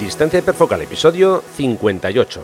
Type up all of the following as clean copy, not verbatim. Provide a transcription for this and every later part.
Distancia hiperfocal, episodio 58.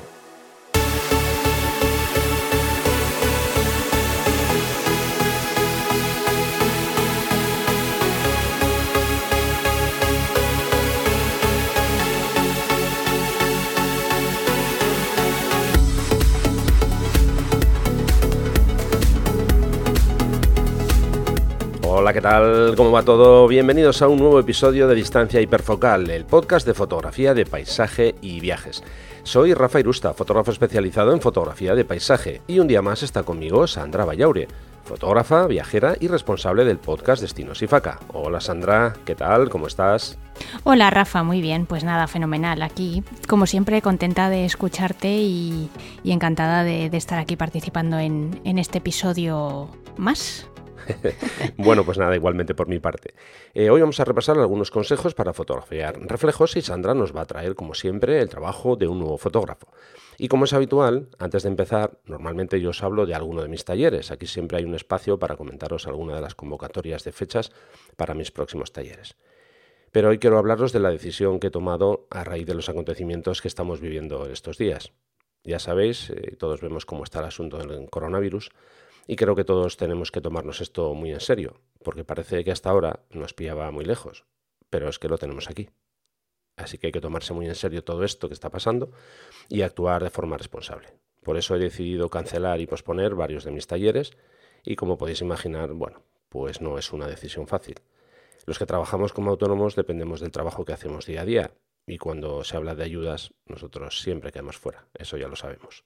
Hola, ¿qué tal? ¿Cómo va todo? Bienvenidos a un nuevo episodio de Distancia Hiperfocal, el podcast de fotografía de paisaje y viajes. Soy Rafa Irusta, fotógrafo especializado en fotografía de paisaje, y un día más está conmigo Sandra Vallaure, fotógrafa, viajera y responsable del podcast Destinos IFACA. Hola Sandra, ¿qué tal? ¿Cómo estás? Hola Rafa, muy bien, pues nada, fenomenal. Aquí, como siempre, contenta de escucharte y encantada de estar aquí participando en este episodio más. Bueno, pues nada, igualmente por mi parte. Hoy vamos a repasar algunos consejos para fotografiar reflejos y Sandra nos va a traer, como siempre, el trabajo de un nuevo fotógrafo. Y como es habitual, antes de empezar, normalmente yo os hablo de alguno de mis talleres. Aquí siempre hay un espacio para comentaros alguna de las convocatorias de fechas para mis próximos talleres. Pero hoy quiero hablaros de la decisión que he tomado a raíz de los acontecimientos que estamos viviendo estos días. Ya sabéis, todos vemos cómo está el asunto del coronavirus. Y creo que todos tenemos que tomarnos esto muy en serio, porque parece que hasta ahora nos pillaba muy lejos, pero es que lo tenemos aquí. Así que hay que tomarse muy en serio todo esto que está pasando y actuar de forma responsable. Por eso he decidido cancelar y posponer varios de mis talleres y, como podéis imaginar, bueno, pues no es una decisión fácil. Los que trabajamos como autónomos dependemos del trabajo que hacemos día a día y cuando se habla de ayudas nosotros siempre quedamos fuera, eso ya lo sabemos.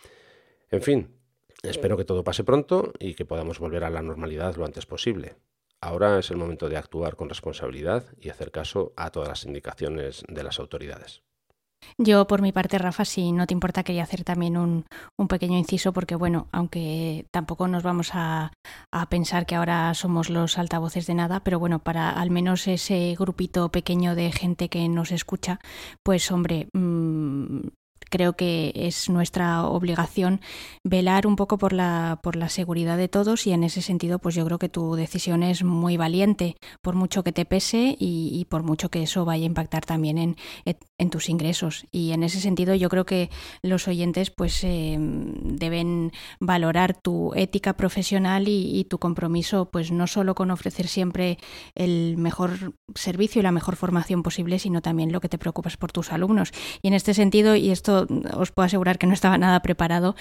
En fin, espero que todo pase pronto y que podamos volver a la normalidad lo antes posible. Ahora es el momento de actuar con responsabilidad y hacer caso a todas las indicaciones de las autoridades. Yo, por mi parte, Rafa, si no te importa, quería hacer también un pequeño inciso porque, bueno, aunque tampoco nos vamos a pensar que ahora somos los altavoces de nada, pero bueno, para al menos ese grupito pequeño de gente que nos escucha, pues hombre, creo que es nuestra obligación velar un poco por la seguridad de todos y en ese sentido pues yo creo que tu decisión es muy valiente, por mucho que te pese y por mucho que eso vaya a impactar también en tus ingresos. Y en ese sentido yo creo que los oyentes pues deben valorar tu ética profesional y tu compromiso pues no solo con ofrecer siempre el mejor servicio y la mejor formación posible, sino también lo que te preocupas por tus alumnos. Y en este sentido, y esto os puedo asegurar que no estaba nada preparado,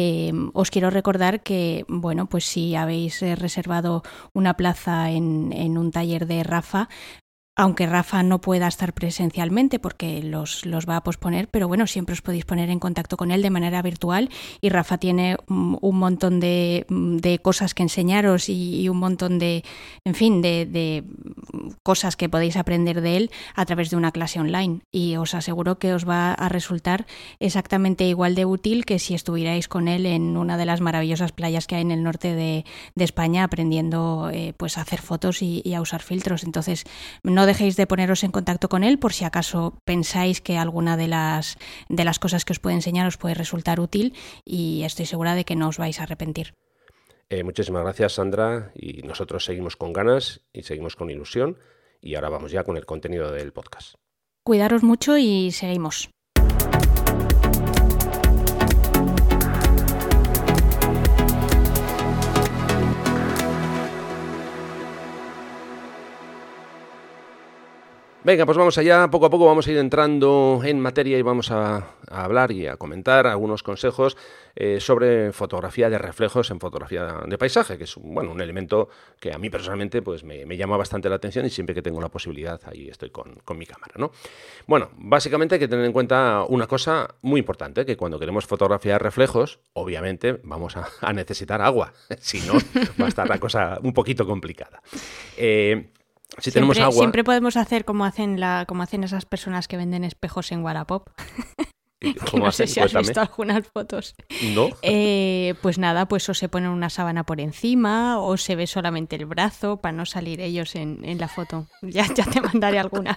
os quiero recordar que, bueno, pues si habéis reservado una plaza en un taller de Rafa, aunque Rafa no pueda estar presencialmente porque los va a posponer, pero bueno, siempre os podéis poner en contacto con él de manera virtual y Rafa tiene un montón de cosas que enseñaros y un montón de cosas que podéis aprender de él a través de una clase online y os aseguro que os va a resultar exactamente igual de útil que si estuvierais con él en una de las maravillosas playas que hay en el norte de España aprendiendo pues a hacer fotos y a usar filtros. Entonces, no dejéis de poneros en contacto con él por si acaso pensáis que alguna de las cosas que os puede enseñar os puede resultar útil y estoy segura de que no os vais a arrepentir. Muchísimas gracias, Sandra, y nosotros seguimos con ganas y seguimos con ilusión y ahora vamos ya con el contenido del podcast. Cuidaros mucho y seguimos. Venga, pues vamos allá, poco a poco vamos a ir entrando en materia y vamos a hablar y a comentar algunos consejos sobre fotografía de reflejos en fotografía de paisaje, que es un elemento que a mí personalmente pues me llama bastante la atención y siempre que tengo la posibilidad ahí estoy con mi cámara, ¿no? Bueno, básicamente hay que tener en cuenta una cosa muy importante, que cuando queremos fotografiar reflejos, obviamente vamos a necesitar agua, si no va a estar la cosa un poquito complicada. Si tenemos agua... Siempre podemos hacer como hacen esas personas que venden espejos en Wallapop. No sé si has visto algunas fotos. ¿No? Pues nada, pues o se ponen una sábana por encima o se ve solamente el brazo para no salir ellos en la foto. Ya te mandaré alguna.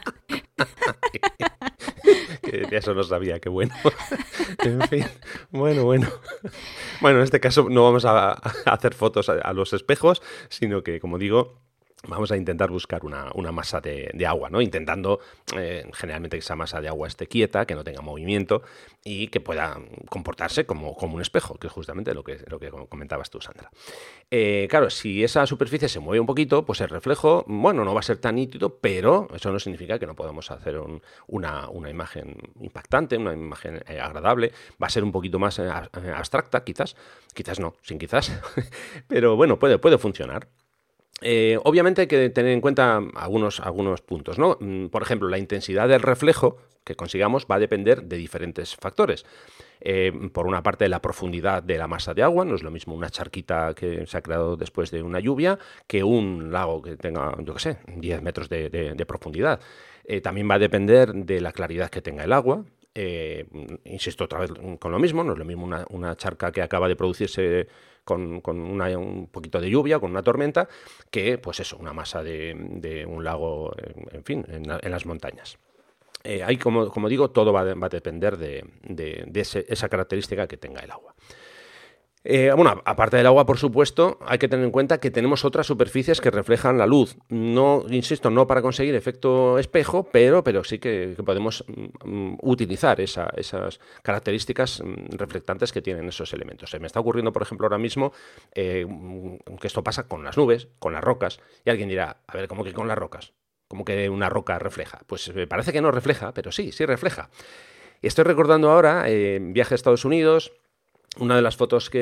Eso no sabía, qué bueno. En fin, bueno. Bueno, en este caso no vamos a hacer fotos a los espejos, sino que, como digo, vamos a intentar buscar una masa de agua, ¿no? Intentando generalmente que esa masa de agua esté quieta, que no tenga movimiento y que pueda comportarse como un espejo, que es justamente lo que comentabas tú, Sandra. Claro, si esa superficie se mueve un poquito, pues el reflejo, bueno, no va a ser tan nítido, pero eso no significa que no podamos hacer una imagen impactante, una imagen agradable. Va a ser un poquito más abstracta, quizás no, sin quizás, pero bueno, puede funcionar. Obviamente hay que tener en cuenta algunos puntos, ¿no? Por ejemplo, la intensidad del reflejo que consigamos va a depender de diferentes factores. Por una parte, la profundidad de la masa de agua. No es lo mismo una charquita que se ha creado después de una lluvia que un lago que tenga, 10 metros de profundidad. También va a depender de la claridad que tenga el agua. Insisto otra vez con lo mismo, no es lo mismo una charca que acaba de producirse con un poquito de lluvia, con una tormenta, que pues eso, una masa de un lago, en fin, en las montañas. Ahí, como digo, todo va a depender de esa característica que tenga el agua. Bueno, aparte del agua, por supuesto, hay que tener en cuenta que tenemos otras superficies que reflejan la luz. No, insisto, no para conseguir efecto espejo, pero sí que podemos utilizar esas características reflectantes que tienen esos elementos. Se me está ocurriendo, por ejemplo, ahora mismo que esto pasa con las nubes, con las rocas, y alguien dirá, a ver, ¿cómo que con las rocas? ¿Cómo que una roca refleja? Pues me parece que no refleja, pero sí refleja. Estoy recordando ahora viaje a Estados Unidos. Varias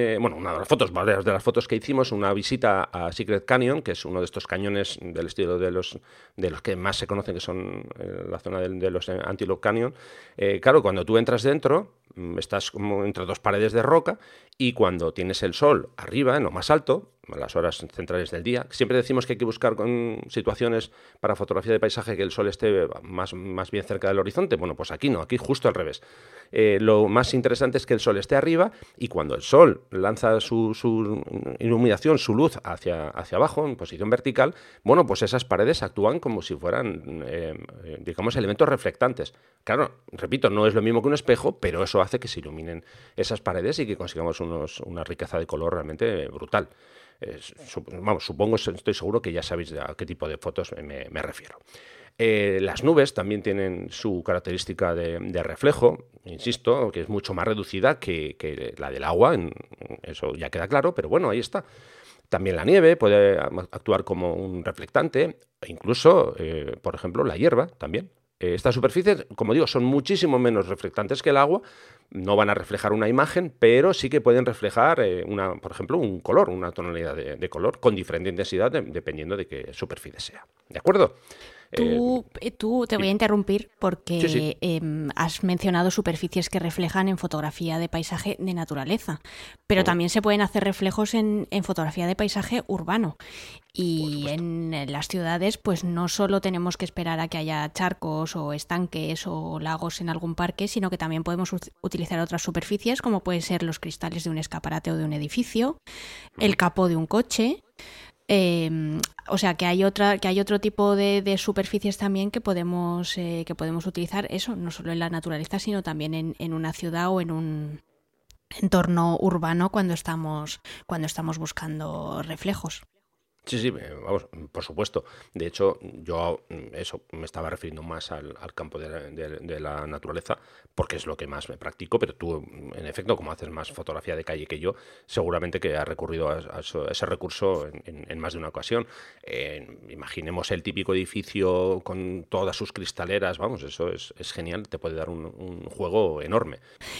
de las fotos que hicimos, una visita a Secret Canyon, que es uno de estos cañones del estilo de los que más se conocen, que son la zona de los Antelope Canyon. Claro, cuando tú entras dentro, estás como entre dos paredes de roca, y cuando tienes el sol arriba, en lo más alto, a las horas centrales del día, siempre decimos que hay que buscar con situaciones para fotografía de paisaje que el sol esté más bien cerca del horizonte. Bueno, pues aquí no, aquí justo al revés. Lo más interesante es que el sol esté arriba, y cuando el sol lanza su iluminación, su luz hacia abajo, en posición vertical, bueno, pues esas paredes actúan como si fueran, digamos, elementos reflectantes. Claro, repito, no es lo mismo que un espejo, pero eso hace que se iluminen esas paredes y que consigamos una riqueza de color realmente brutal. Estoy seguro que ya sabéis a qué tipo de fotos me refiero. Las nubes también tienen su característica de reflejo, insisto, que es mucho más reducida que la del agua, eso ya queda claro, pero bueno, ahí está. También la nieve puede actuar como un reflectante, e incluso, por ejemplo, la hierba también. Estas superficies, como digo, son muchísimo menos reflectantes que el agua, no van a reflejar una imagen, pero sí que pueden reflejar, por ejemplo, un color, una tonalidad de color con diferente intensidad dependiendo de qué superficie sea. ¿De acuerdo? Tú te voy a interrumpir porque sí. Has mencionado superficies que reflejan en fotografía de paisaje de naturaleza, pero también se pueden hacer reflejos en fotografía de paisaje urbano. Y en las ciudades, pues no solo tenemos que esperar a que haya charcos o estanques o lagos en algún parque, sino que también podemos utilizar otras superficies, como pueden ser los cristales de un escaparate o de un edificio, el capó de un coche. O sea que hay otro tipo de superficies también que podemos utilizar, eso no solo en la naturaleza, sino también en una ciudad o en un entorno urbano cuando estamos buscando reflejos. Sí, vamos, por supuesto. De hecho, yo eso me estaba refiriendo más al campo de la naturaleza, porque es lo que más me practico, pero tú, en efecto, como haces más fotografía de calle que yo, seguramente que has recurrido a ese recurso en más de una ocasión. Imaginemos el típico edificio con todas sus cristaleras, vamos, eso es genial, te puede dar un juego enorme.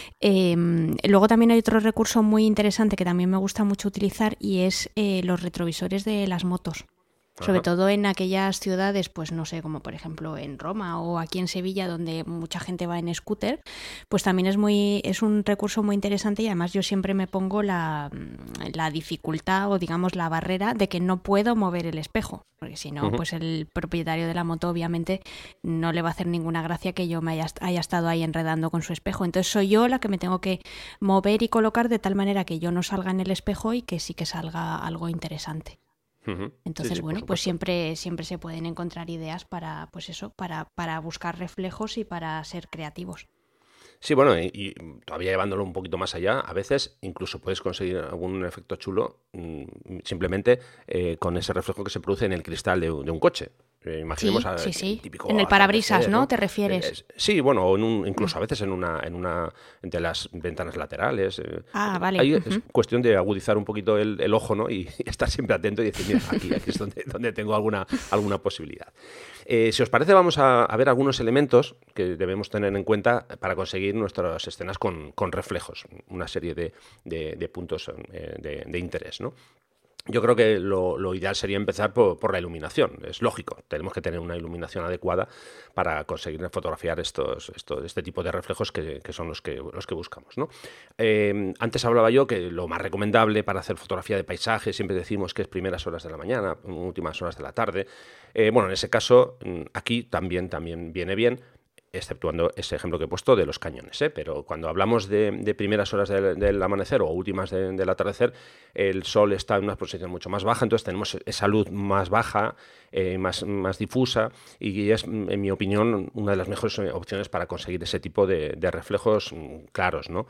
Luego también hay otro recurso muy interesante que también me gusta mucho utilizar, y es los retrovisores de las motos. Sobre todo en aquellas ciudades, pues no sé, como por ejemplo en Roma o aquí en Sevilla, donde mucha gente va en scooter, pues también es un recurso muy interesante, y además yo siempre me pongo la dificultad o digamos la barrera de que no puedo mover el espejo, porque si no, pues el propietario de la moto obviamente no le va a hacer ninguna gracia que yo me haya estado ahí enredando con su espejo. Entonces soy yo la que me tengo que mover y colocar de tal manera que yo no salga en el espejo y que sí que salga algo interesante. Entonces, sí, bueno, pues siempre se pueden encontrar ideas para, pues eso, para buscar reflejos y para ser creativos. Sí, bueno, y todavía llevándolo un poquito más allá, a veces incluso puedes conseguir algún efecto chulo simplemente con ese reflejo que se produce en el cristal de un coche. Imaginemos Sí. típico En el parabrisas, atardecer, ¿no? ¿Te refieres? Sí, bueno, o incluso a veces entre las ventanas laterales. Vale. Ahí es cuestión de agudizar un poquito el ojo, ¿no? Y estar siempre atento y decir, mira, aquí es donde tengo alguna posibilidad. Si os parece, vamos a ver algunos elementos que debemos tener en cuenta para conseguir nuestras escenas con reflejos, una serie de puntos de interés, ¿no? Yo creo que lo ideal sería empezar por la iluminación. Es lógico, tenemos que tener una iluminación adecuada para conseguir fotografiar este tipo de reflejos que son los que buscamos, ¿no? Antes hablaba yo que lo más recomendable para hacer fotografía de paisaje, siempre decimos que es primeras horas de la mañana, últimas horas de la tarde. Bueno, en ese caso, aquí también viene bien, exceptuando ese ejemplo que he puesto de los cañones, pero cuando hablamos de primeras horas del amanecer o últimas del atardecer, el sol está en una posición mucho más baja, entonces tenemos esa luz más baja, más difusa, y es, en mi opinión, una de las mejores opciones para conseguir ese tipo de reflejos claros, ¿no?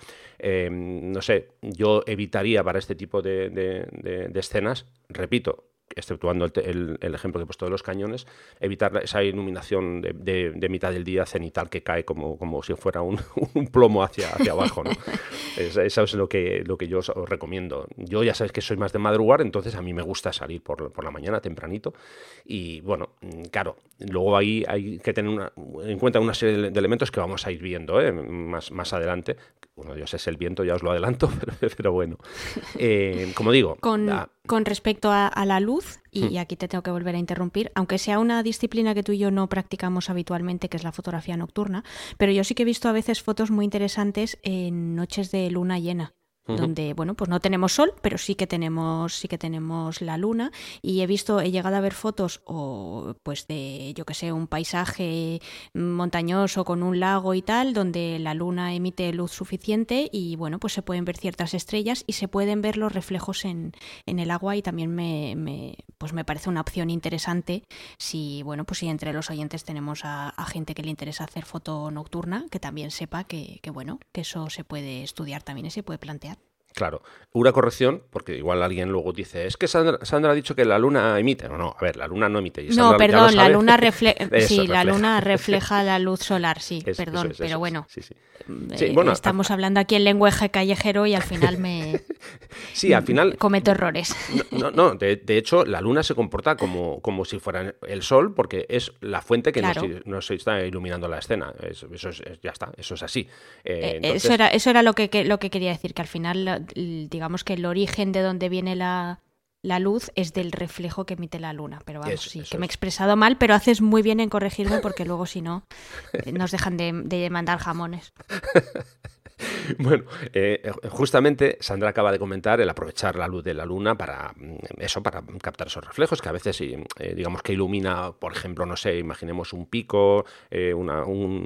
No sé, yo evitaría para este tipo de escenas, repito, exceptuando el ejemplo que he puesto de los cañones, evitar esa iluminación de mitad del día cenital que cae como si fuera un plomo hacia abajo, ¿no? Eso es lo que yo os recomiendo. Yo ya sabéis que soy más de madrugar, entonces a mí me gusta salir por la mañana tempranito y bueno, claro, luego ahí hay que tener en cuenta una serie de elementos que vamos a ir viendo más adelante. Bueno, Dios, es el viento, ya os lo adelanto, pero bueno. Como digo... Con respecto a la luz, y aquí te tengo que volver a interrumpir, aunque sea una disciplina que tú y yo no practicamos habitualmente, que es la fotografía nocturna, pero yo sí que he visto a veces fotos muy interesantes en noches de luna llena. Donde, bueno, pues no tenemos sol, pero sí que tenemos la luna, y he llegado a ver fotos o pues de, yo que sé, un paisaje montañoso con un lago y tal, donde la luna emite luz suficiente y, bueno, pues se pueden ver ciertas estrellas y se pueden ver los reflejos en el agua, y también me parece una opción interesante si entre los oyentes tenemos a gente que le interesa hacer foto nocturna, que también sepa que eso se puede estudiar también y se puede plantear. Claro, una corrección, porque igual alguien luego dice, es que Sandra ha dicho que la luna emite. No, a ver, la luna no emite. Y Sandra, no, perdón, la luna refleja. La luna refleja la luz solar, sí, perdón, pero bueno. Sí, bueno, estamos hablando aquí en lenguaje callejero y al final al final cometo errores. No, de hecho, la luna se comporta como si fuera el sol, porque es la fuente que nos está iluminando la escena. Ya está, eso es así. Entonces... Eso era lo que quería decir, que al final digamos que el origen de donde viene la luz es del reflejo que emite la luna, pero vamos, que me he expresado mal, pero haces muy bien en corregirme, porque luego si no nos dejan de mandar jamones. Bueno, justamente Sandra acaba de comentar el aprovechar la luz de la luna para captar esos reflejos que a veces digamos que ilumina, por ejemplo, no sé, imaginemos un pico, una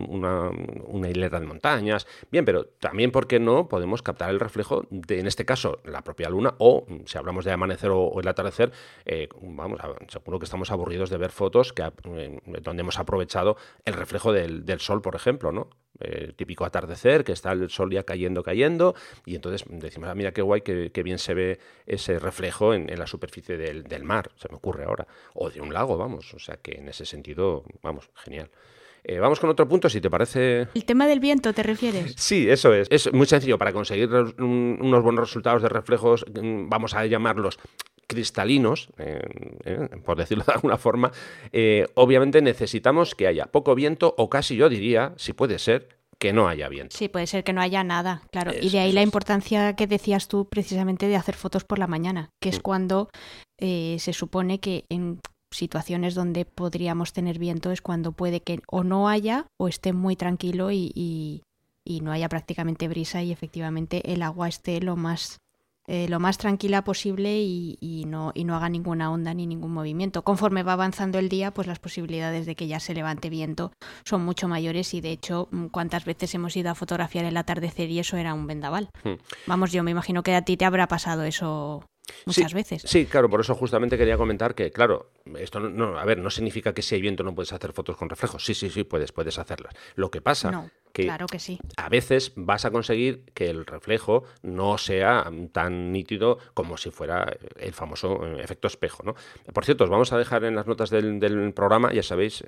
hilera de montañas, bien, pero también, ¿por qué no?, podemos captar el reflejo de, en este caso, la propia luna, o si hablamos de amanecer o el atardecer, seguro que estamos aburridos de ver fotos donde hemos aprovechado el reflejo del sol, por ejemplo, ¿no? Típico atardecer, que está el sol ya cayendo, y entonces decimos, mira qué guay, qué bien se ve ese reflejo en la superficie del mar, se me ocurre ahora, o de un lago, vamos, o sea que en ese sentido, vamos, genial. Vamos con otro punto, si te parece. ¿El tema del viento te refieres? Sí, eso es. Es muy sencillo. Para conseguir unos buenos resultados de reflejos, vamos a llamarlos cristalinos, por decirlo de alguna forma, obviamente necesitamos que haya poco viento, o casi yo diría, si puede ser, que no haya viento. Sí, puede ser que no haya nada, claro. Y de ahí la importancia que decías tú precisamente de hacer fotos por la mañana, que es cuando se supone que en situaciones donde podríamos tener viento es cuando puede que o no haya o esté muy tranquilo y no haya prácticamente brisa, y efectivamente el agua esté lo más tranquila posible y no haga ninguna onda ni ningún movimiento. Conforme va avanzando el día, pues las posibilidades de que ya se levante viento son mucho mayores, y de hecho, ¿cuántas veces hemos ido a fotografiar el atardecer y eso era un vendaval? Vamos, yo me imagino que a ti te habrá pasado eso muchas veces. Sí, claro, por eso justamente quería comentar que, claro, esto no significa que si hay viento no puedes hacer fotos con reflejos. Sí, puedes hacerlas. Lo que pasa que claro que sí. A veces vas a conseguir que el reflejo no sea tan nítido como si fuera el famoso efecto espejo, ¿no? Por cierto, os vamos a dejar en las notas del programa, ya sabéis,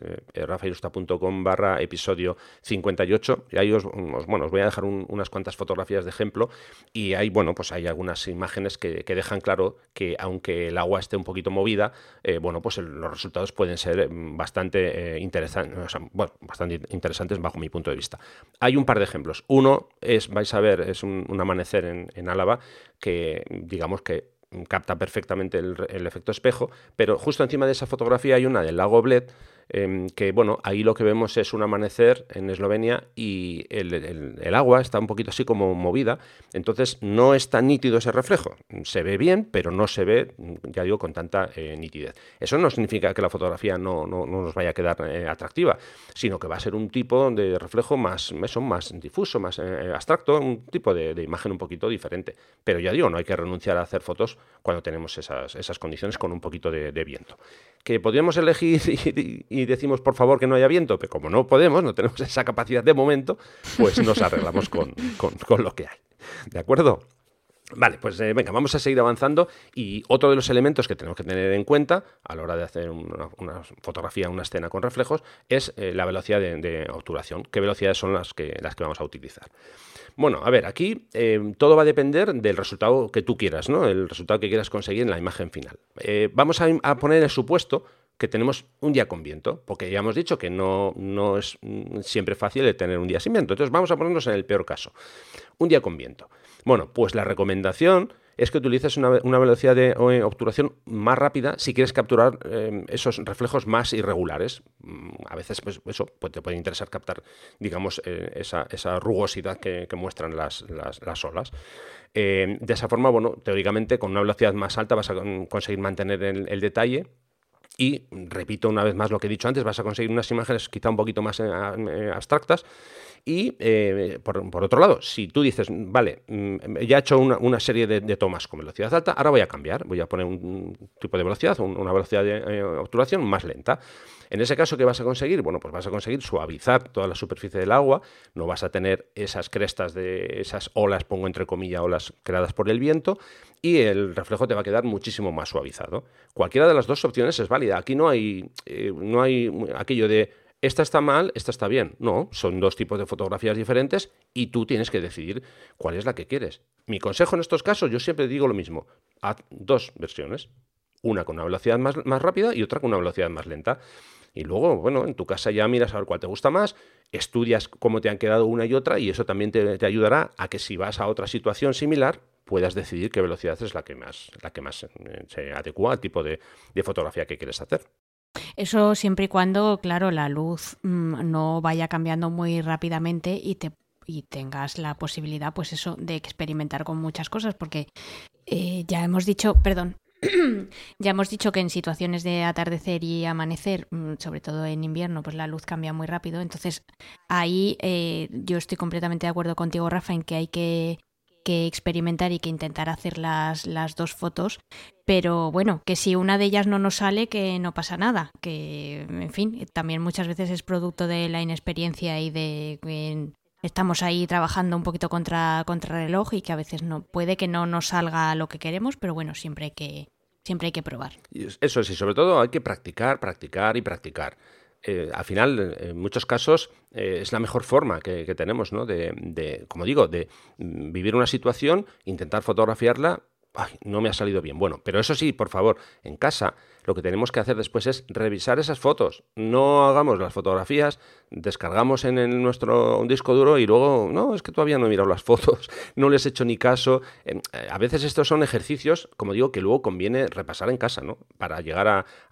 rafairusta.com/episodio 58, y ahí os voy a dejar unas cuantas fotografías de ejemplo, y hay, pues hay algunas imágenes que dejan claro que aunque el agua esté un poquito movida, pues los resultados pueden ser bastante interesantes bajo mi punto de vista. Hay un par de ejemplos. Uno vais a ver, es un amanecer en Álava que, digamos que capta perfectamente el efecto espejo, pero justo encima de esa fotografía hay una del lago Bled, que ahí lo que vemos es un amanecer en Eslovenia y el agua está un poquito así como movida, entonces no es tan nítido ese reflejo. Se ve bien, pero no se ve, ya digo, con tanta nitidez. Eso no significa que la fotografía no nos vaya a quedar atractiva, sino que va a ser un tipo de reflejo más difuso, más abstracto, un tipo de imagen un poquito diferente. Pero ya digo, no hay que renunciar a hacer fotos cuando tenemos esas condiciones con un poquito de viento. Que podríamos elegir y decimos por favor que no haya viento, pero como no podemos, no tenemos esa capacidad de momento, pues nos arreglamos con lo que hay. ¿De acuerdo? Vale, pues venga, vamos a seguir avanzando, y otro de los elementos que tenemos que tener en cuenta a la hora de hacer una fotografía, una escena con reflejos, es la velocidad de obturación. ¿Qué velocidades son las que vamos a utilizar? Bueno, a ver, aquí todo va a depender del resultado que tú quieras, ¿no? El resultado que quieras conseguir en la imagen final. Vamos a poner el supuesto que tenemos un día con viento, porque ya hemos dicho que no es siempre fácil de tener un día sin viento. Entonces vamos a ponernos en el peor caso. Un día con viento. Bueno, pues la recomendación es que utilices una velocidad de obturación más rápida si quieres capturar esos reflejos más irregulares. A veces pues te puede interesar captar, digamos, esa rugosidad que muestran las olas. De esa forma, teóricamente con una velocidad más alta vas a conseguir mantener el detalle. Y, repito una vez más lo que he dicho antes, vas a conseguir unas imágenes quizá un poquito más abstractas. Y, por otro lado, si tú dices, vale, ya he hecho una serie de tomas con velocidad alta, ahora voy a cambiar, voy a poner un tipo de velocidad, una velocidad de obturación más lenta. En ese caso, ¿qué vas a conseguir? Bueno, pues vas a conseguir suavizar toda la superficie del agua, no vas a tener esas crestas de esas olas, pongo entre comillas, olas creadas por el viento, y el reflejo te va a quedar muchísimo más suavizado. Cualquiera de las dos opciones es válida. Aquí no hay aquello de esta está mal, esta está bien. No, son dos tipos de fotografías diferentes y tú tienes que decidir cuál es la que quieres. Mi consejo en estos casos, yo siempre digo lo mismo. Haz dos versiones. Una con una velocidad más rápida y otra con una velocidad más lenta. Y luego, en tu casa ya miras a ver cuál te gusta más, estudias cómo te han quedado una y otra, y eso también te ayudará a que si vas a otra situación similar puedas decidir qué velocidad es la que más se adecua al tipo de fotografía que quieres hacer. Eso siempre y cuando, claro, la luz no vaya cambiando muy rápidamente y tengas la posibilidad, pues eso, de experimentar con muchas cosas, porque ya hemos dicho que en situaciones de atardecer y amanecer, sobre todo en invierno, pues la luz cambia muy rápido. Entonces, ahí yo estoy completamente de acuerdo contigo, Rafa, en que hay que experimentar y que intentar hacer las dos fotos, pero que si una de ellas no nos sale, que no pasa nada, que en fin, también muchas veces es producto de la inexperiencia y de que estamos ahí trabajando un poquito contra reloj, y que a veces puede que no nos salga lo que queremos, pero siempre hay que probar. Eso sí, sobre todo hay que practicar y practicar. Al final, en muchos casos, es la mejor forma que tenemos, ¿no? Como digo, de vivir una situación, intentar fotografiarla. Ay, no me ha salido bien. Bueno, pero eso sí, por favor, en casa lo que tenemos que hacer después es revisar esas fotos. No hagamos las fotografías, descargamos en nuestro disco duro y luego, no, es que todavía no he mirado las fotos, no les he hecho ni caso. A veces estos son ejercicios, como digo, que luego conviene repasar en casa, ¿no? Para llegar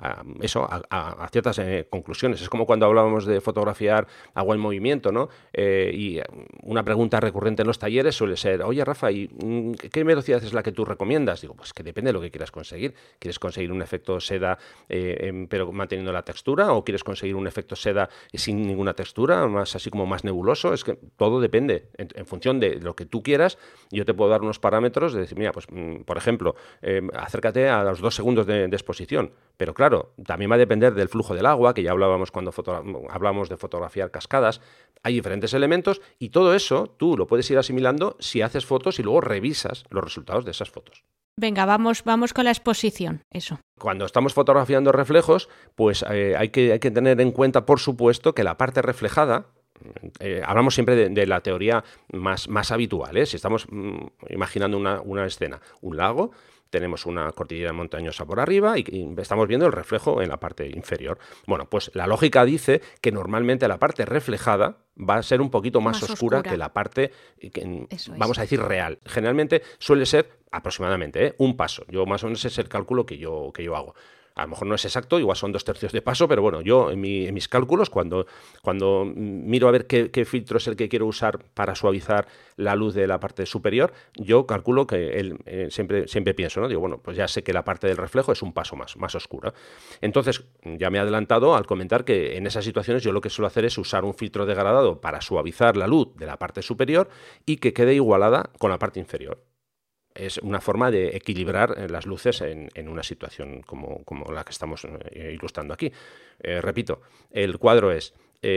a ciertas conclusiones. Es como cuando hablábamos de fotografiar agua en movimiento, ¿no? Y una pregunta recurrente en los talleres suele ser, oye, Rafa, ¿y qué velocidad es la que tú recomiendas? Digo, pues que depende de lo que quieras conseguir. ¿Quieres conseguir un efecto seda seda pero manteniendo la textura, o quieres conseguir un efecto seda sin ninguna textura, más así como más nebuloso. Es que todo depende en función de lo que tú quieras. Yo te puedo dar unos parámetros de decir, mira, pues por ejemplo, acércate a los 2 segundos de exposición, pero claro, también va a depender del flujo del agua, que ya hablábamos cuando hablábamos de fotografiar cascadas. Hay diferentes elementos y todo eso tú lo puedes ir asimilando si haces fotos y luego revisas los resultados de esas fotos. Venga, vamos con la exposición, eso. Cuando estamos fotografiando reflejos, pues hay que tener en cuenta, por supuesto, que la parte reflejada, hablamos siempre de la teoría más habitual, ¿eh? Si estamos imaginando una escena, un lago, tenemos una cordillera montañosa por arriba y estamos viendo el reflejo en la parte inferior. Bueno, pues la lógica dice que normalmente la parte reflejada va a ser un poquito más oscura que la parte, vamos a decir, real. Generalmente suele ser aproximadamente un paso. Yo más o menos es el cálculo que yo hago. A lo mejor no es exacto, igual son 2/3 de paso, pero bueno, yo en mis cálculos, cuando miro a ver qué filtro es el que quiero usar para suavizar la luz de la parte superior, yo calculo que siempre pienso, ¿no? Digo, bueno, pues ya sé que la parte del reflejo es un paso más oscura. Entonces, ya me he adelantado al comentar que en esas situaciones yo lo que suelo hacer es usar un filtro degradado para suavizar la luz de la parte superior y que quede igualada con la parte inferior. Es una forma de equilibrar las luces en una situación como la que estamos ilustrando aquí. Repito, el cuadro es,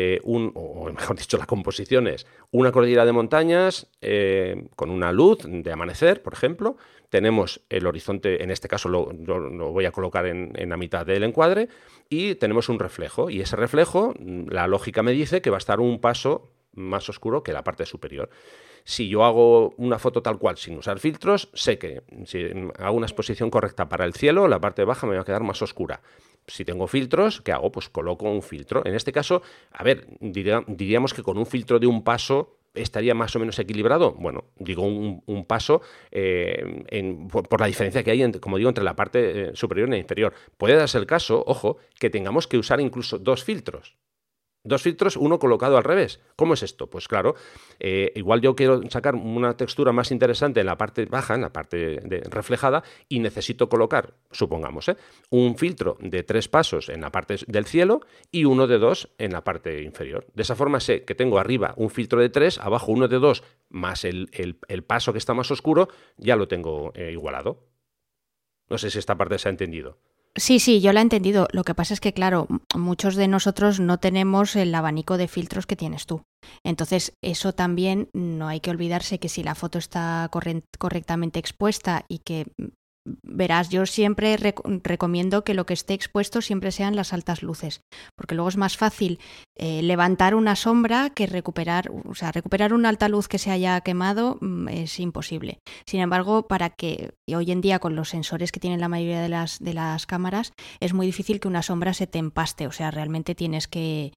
o mejor dicho, la composición es una cordillera de montañas con una luz de amanecer, por ejemplo. Tenemos el horizonte, en este caso lo voy a colocar en la mitad del encuadre, y tenemos un reflejo. Y ese reflejo, la lógica me dice que va a estar un paso más oscuro que la parte superior. Si yo hago una foto tal cual sin usar filtros, sé que si hago una exposición correcta para el cielo, la parte baja me va a quedar más oscura. Si tengo filtros, ¿qué hago? Pues coloco un filtro. En este caso, a ver, diríamos que con un filtro de un paso estaría más o menos equilibrado. Bueno, digo un paso por la diferencia que hay, como digo, entre la parte superior y la inferior. Puede darse el caso, ojo, que tengamos que usar incluso 2 filtros. 2 filtros, uno colocado al revés. ¿Cómo es esto? Pues claro, igual yo quiero sacar una textura más interesante en la parte baja, en la parte reflejada, y necesito colocar, supongamos, un filtro de 3 pasos en la parte del cielo y uno de 2 en la parte inferior. De esa forma sé que tengo arriba un filtro de 3, abajo uno de 2, más el paso que está más oscuro, ya lo tengo igualado. No sé si esta parte se ha entendido. Sí, yo la he entendido. Lo que pasa es que, claro, muchos de nosotros no tenemos el abanico de filtros que tienes tú. Entonces, eso también no hay que olvidarse, que si la foto está correctamente expuesta y que, verás, yo siempre recomiendo que lo que esté expuesto siempre sean las altas luces, porque luego es más fácil levantar una sombra que recuperar una alta luz que se haya quemado es imposible. Sin embargo, para que hoy en día con los sensores que tienen la mayoría de las cámaras es muy difícil que una sombra se te empaste, o sea, realmente tienes que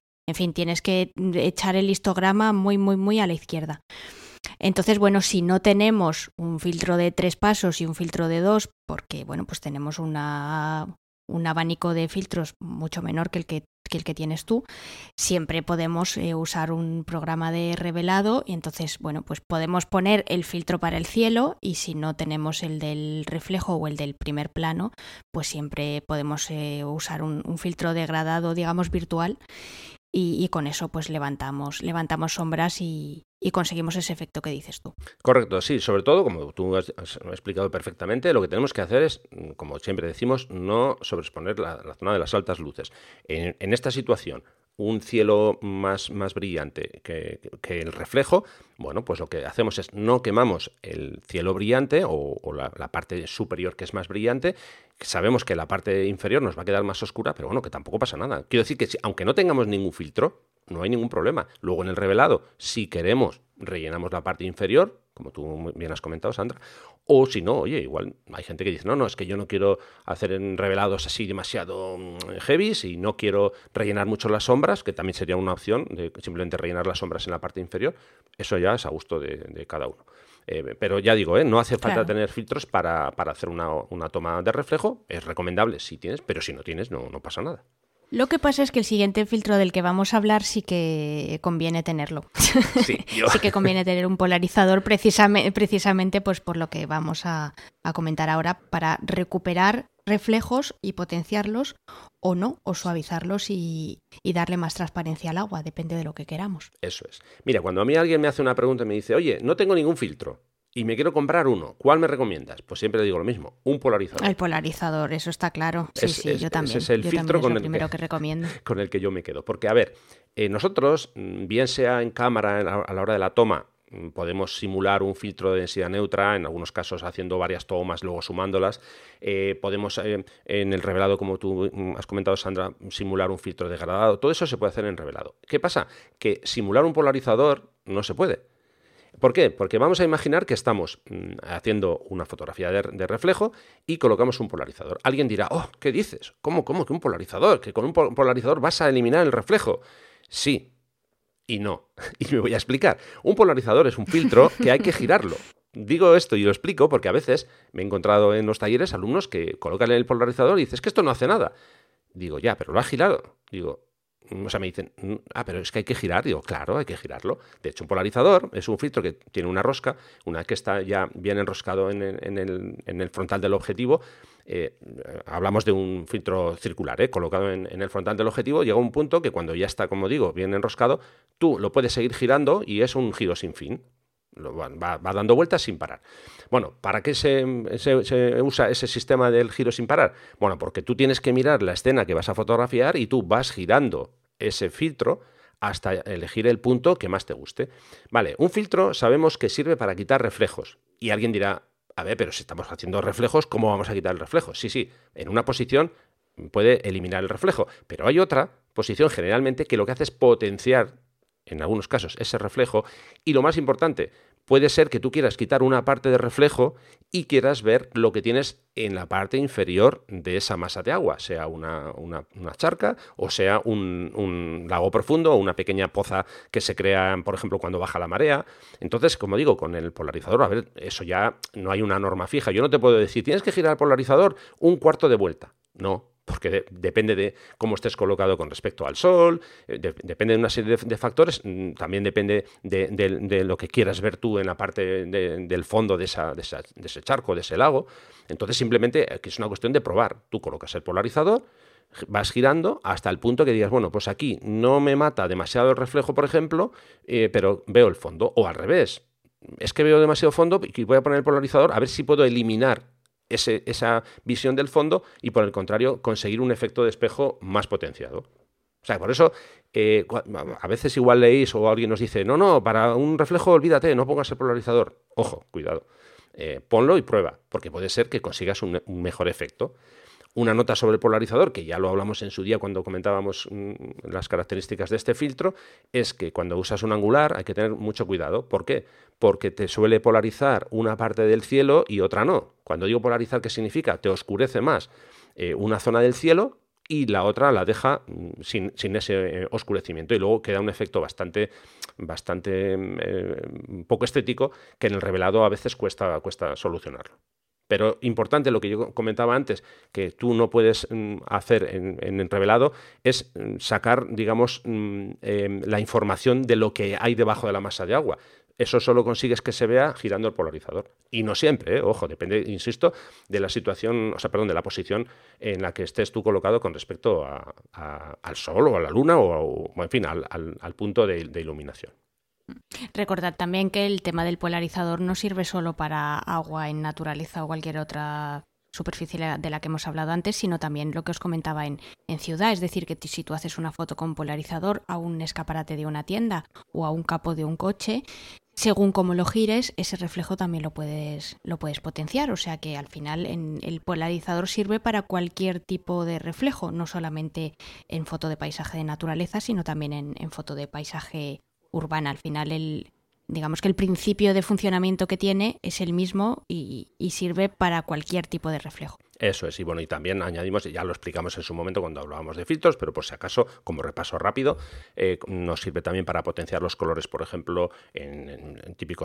echar el histograma muy, muy, muy a la izquierda. Entonces, bueno, si no tenemos un filtro de 3 pasos y un filtro de 2, porque, bueno, pues tenemos un abanico de filtros mucho menor que el que tienes tú, siempre podemos usar un programa de revelado y entonces, bueno, pues podemos poner el filtro para el cielo, y si no tenemos el del reflejo o el del primer plano, pues siempre podemos usar un filtro degradado, digamos, virtual, y con eso pues levantamos sombras y conseguimos ese efecto que dices tú. Correcto, sí, sobre todo, como tú has explicado perfectamente, lo que tenemos que hacer es, como siempre decimos, no sobreexponer la zona de las altas luces. En esta situación, un cielo más brillante que el reflejo, bueno, pues lo que hacemos es no quemamos el cielo brillante o la parte superior que es más brillante. Sabemos que la parte inferior nos va a quedar más oscura, pero bueno, que tampoco pasa nada. Quiero decir que aunque no tengamos ningún filtro, no hay ningún problema. Luego en el revelado, si queremos, rellenamos la parte inferior, como tú bien has comentado, Sandra, o si no, oye, igual hay gente que dice, no, es que yo no quiero hacer en revelados así demasiado heavy y no quiero rellenar mucho las sombras, que también sería una opción de simplemente rellenar las sombras en la parte inferior. Eso ya es a gusto de cada uno. Pero ya digo, no hace falta tener filtros para hacer una toma de reflejo. Es recomendable si tienes, pero si no tienes, no pasa nada. Lo que pasa es que el siguiente filtro del que vamos a hablar sí que conviene tenerlo. Sí, sí que conviene tener un polarizador precisamente pues por lo que vamos a comentar ahora, para recuperar reflejos y potenciarlos o no, o suavizarlos y darle más transparencia al agua, depende de lo que queramos. Eso es. Mira, cuando a mí alguien me hace una pregunta y me dice, oye, no tengo ningún filtro y me quiero comprar uno, ¿cuál me recomiendas? Pues siempre le digo lo mismo, un polarizador. El polarizador, eso está claro. Sí, yo también. Ese es el filtro con el primero que recomiendo. Con el que yo me quedo. Porque, a ver, nosotros, bien sea en cámara a la hora de la toma, podemos simular un filtro de densidad neutra, en algunos casos haciendo varias tomas, luego sumándolas. Podemos, en el revelado, como tú has comentado, Sandra, simular un filtro degradado. Todo eso se puede hacer en revelado. ¿Qué pasa? Que simular un polarizador no se puede. ¿Por qué? Porque vamos a imaginar que estamos haciendo una fotografía de reflejo y colocamos un polarizador. Alguien dirá, oh, ¿qué dices? ¿Cómo que un polarizador? ¿Que con un polarizador vas a eliminar el reflejo? Sí y no. Y me voy a explicar. Un polarizador es un filtro que hay que girarlo. Digo esto y lo explico porque a veces me he encontrado en los talleres alumnos que colocan el polarizador y dicen, es que esto no hace nada. Digo, ya, pero lo ha girado. Digo, o sea, me dicen, pero es que hay que girar. Digo, claro, hay que girarlo. De hecho, un polarizador es un filtro que tiene una rosca, una vez que está ya bien enroscado en el frontal del objetivo. Hablamos de un filtro circular, colocado en el frontal del objetivo. Llega un punto que cuando ya está, como digo, bien enroscado, tú lo puedes seguir girando y es un giro sin fin. Va dando vueltas sin parar. Bueno, ¿para qué se usa ese sistema del giro sin parar? Bueno, porque tú tienes que mirar la escena que vas a fotografiar y tú vas girando ese filtro hasta elegir el punto que más te guste. Vale, un filtro sabemos que sirve para quitar reflejos. Y alguien dirá, a ver, pero si estamos haciendo reflejos, ¿cómo vamos a quitar el reflejo? Sí, en una posición puede eliminar el reflejo, pero hay otra posición generalmente que lo que hace es potenciar en algunos casos ese reflejo, y lo más importante, puede ser que tú quieras quitar una parte de reflejo y quieras ver lo que tienes en la parte inferior de esa masa de agua, sea una charca o sea un lago profundo o una pequeña poza que se crea, por ejemplo, cuando baja la marea. Entonces, como digo, con el polarizador, a ver, eso ya no hay una norma fija. Yo no te puedo decir, tienes que girar el polarizador un cuarto de vuelta. No, porque depende de cómo estés colocado con respecto al sol, depende de una serie de factores, también depende de lo que quieras ver tú en la parte del fondo de ese charco, de ese lago. Entonces simplemente aquí es una cuestión de probar. Tú colocas el polarizador, vas girando hasta el punto que digas, bueno, pues aquí no me mata demasiado el reflejo, por ejemplo, pero veo el fondo, o al revés. Es que veo demasiado fondo y voy a poner el polarizador a ver si puedo eliminar esa visión del fondo y, por el contrario, conseguir un efecto de espejo más potenciado. O sea, por eso a veces igual leéis o alguien nos dice, no, para un reflejo olvídate, no pongas el polarizador. Ojo, cuidado. Ponlo y prueba, porque puede ser que consigas un mejor efecto. Una nota sobre el polarizador, que ya lo hablamos en su día cuando comentábamos las características de este filtro, es que cuando usas un angular hay que tener mucho cuidado. ¿Por qué? Porque te suele polarizar una parte del cielo y otra no. Cuando digo polarizar, ¿qué significa? Te oscurece más una zona del cielo y la otra la deja sin ese oscurecimiento, y luego queda un efecto bastante poco estético que en el revelado a veces cuesta solucionarlo. Pero importante lo que yo comentaba antes, que tú no puedes hacer en el revelado, es sacar, digamos, la información de lo que hay debajo de la masa de agua. Eso solo consigues que se vea girando el polarizador. Y no siempre, ojo, depende, insisto, de la situación, de la posición en la que estés tú colocado con respecto al sol o a la luna o en fin, al punto de iluminación. Recordad también que el tema del polarizador no sirve solo para agua en naturaleza o cualquier otra superficie de la que hemos hablado antes, sino también lo que os comentaba en ciudad. Es decir, que si tú haces una foto con polarizador a un escaparate de una tienda o a un capó de un coche, según cómo lo gires, ese reflejo también lo puedes potenciar. O sea que al final el polarizador sirve para cualquier tipo de reflejo, no solamente en foto de paisaje de naturaleza, sino también en foto de paisaje urbana. Al final, digamos que el principio de funcionamiento que tiene es el mismo y sirve para cualquier tipo de reflejo. Eso es, y bueno, y también añadimos, ya lo explicamos en su momento cuando hablábamos de filtros, pero por si acaso, como repaso rápido, nos sirve también para potenciar los colores, por ejemplo, en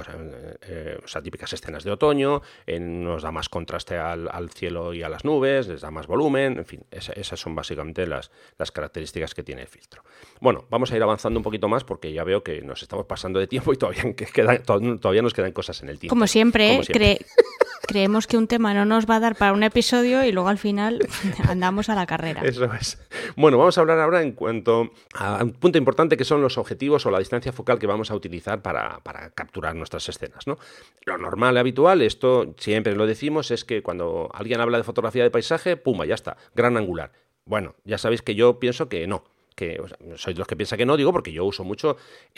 típicas escenas de otoño, nos da más contraste al cielo y a las nubes, les da más volumen, en fin, esas son básicamente las características que tiene el filtro. Bueno, vamos a ir avanzando un poquito más porque ya veo que nos estamos pasando de tiempo y todavía nos quedan cosas en el tiempo. Como siempre. Creemos que un tema no nos va a dar para un episodio y luego al final andamos a la carrera. Eso es. Bueno, vamos a hablar ahora en cuanto a un punto importante que son los objetivos o la distancia focal que vamos a utilizar para capturar nuestras escenas, ¿no? Lo normal y habitual, esto siempre lo decimos, es que cuando alguien habla de fotografía de paisaje, ¡pumba!, ya está, gran angular. Bueno, ya sabéis que yo pienso que no. Sois los que piensan que no, digo porque yo uso mucho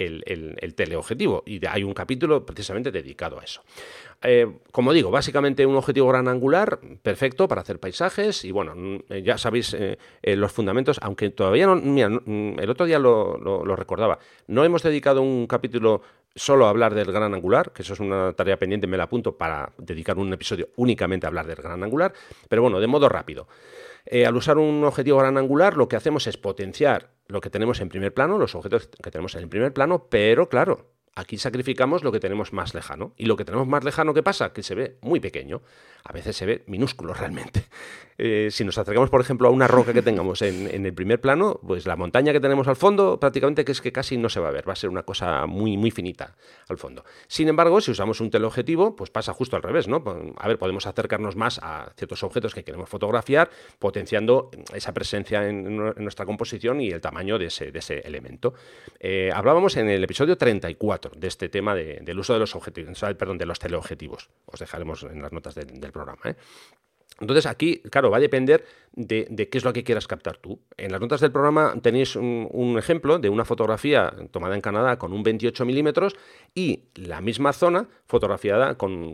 el teleobjetivo y hay un capítulo precisamente dedicado a eso. Como digo, básicamente un objetivo gran angular, perfecto para hacer paisajes y bueno, ya sabéis los fundamentos, aunque todavía no, mira, el otro día lo recordaba, no hemos dedicado un capítulo solo a hablar del gran angular, que eso es una tarea pendiente, me la apunto para dedicar un episodio únicamente a hablar del gran angular, pero bueno, de modo rápido. Al usar un objetivo gran angular, lo que hacemos es potenciar lo que tenemos en primer plano, los objetos que tenemos en el primer plano, pero claro, aquí sacrificamos lo que tenemos más lejano. Y lo que tenemos más lejano, ¿qué pasa? Que se ve muy pequeño. A veces se ve minúsculo realmente. Si nos acercamos, por ejemplo, a una roca que tengamos en el primer plano, pues la montaña que tenemos al fondo prácticamente que es que casi no se va a ver. Va a ser una cosa muy, muy finita al fondo. Sin embargo, si usamos un teleobjetivo, pues pasa justo al revés, ¿no? A ver, podemos acercarnos más a ciertos objetos que queremos fotografiar, potenciando esa presencia en nuestra composición y el tamaño de ese elemento. Hablábamos en el episodio 34 de este tema del uso de los objetivos, perdón, de los teleobjetivos. Os dejaremos en las notas del programa, ¿eh? Entonces aquí, claro, va a depender de qué es lo que quieras captar tú. En las notas del programa tenéis un ejemplo de una fotografía tomada en Canadá con un 28 milímetros y la misma zona fotografiada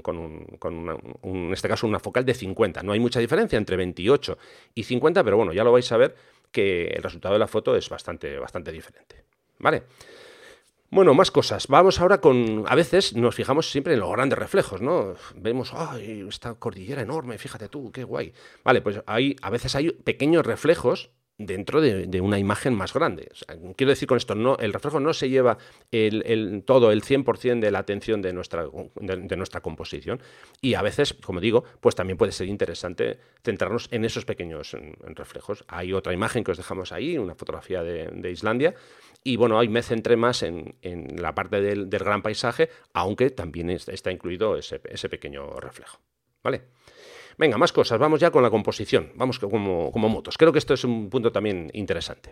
en este caso una focal de 50. No hay mucha diferencia entre 28 y 50, pero bueno, ya lo vais a ver que el resultado de la foto es bastante diferente. ¿Vale? Bueno, más cosas. Vamos ahora a veces nos fijamos siempre en los grandes reflejos, ¿no? Vemos, ¡ay, esta cordillera enorme, fíjate tú, qué guay! Vale, pues a veces hay pequeños reflejos dentro de una imagen más grande. O sea, quiero decir con esto, el reflejo no se lleva el 100% de la atención de nuestra composición y a veces, como digo, pues también puede ser interesante centrarnos en esos pequeños reflejos. Hay otra imagen que os dejamos ahí, una fotografía de Islandia y bueno, ahí me centré más en la parte del gran paisaje, aunque también está incluido ese pequeño reflejo. ¿Vale? Venga, más cosas. Vamos ya con la composición. Vamos como motos. Creo que esto es un punto también interesante.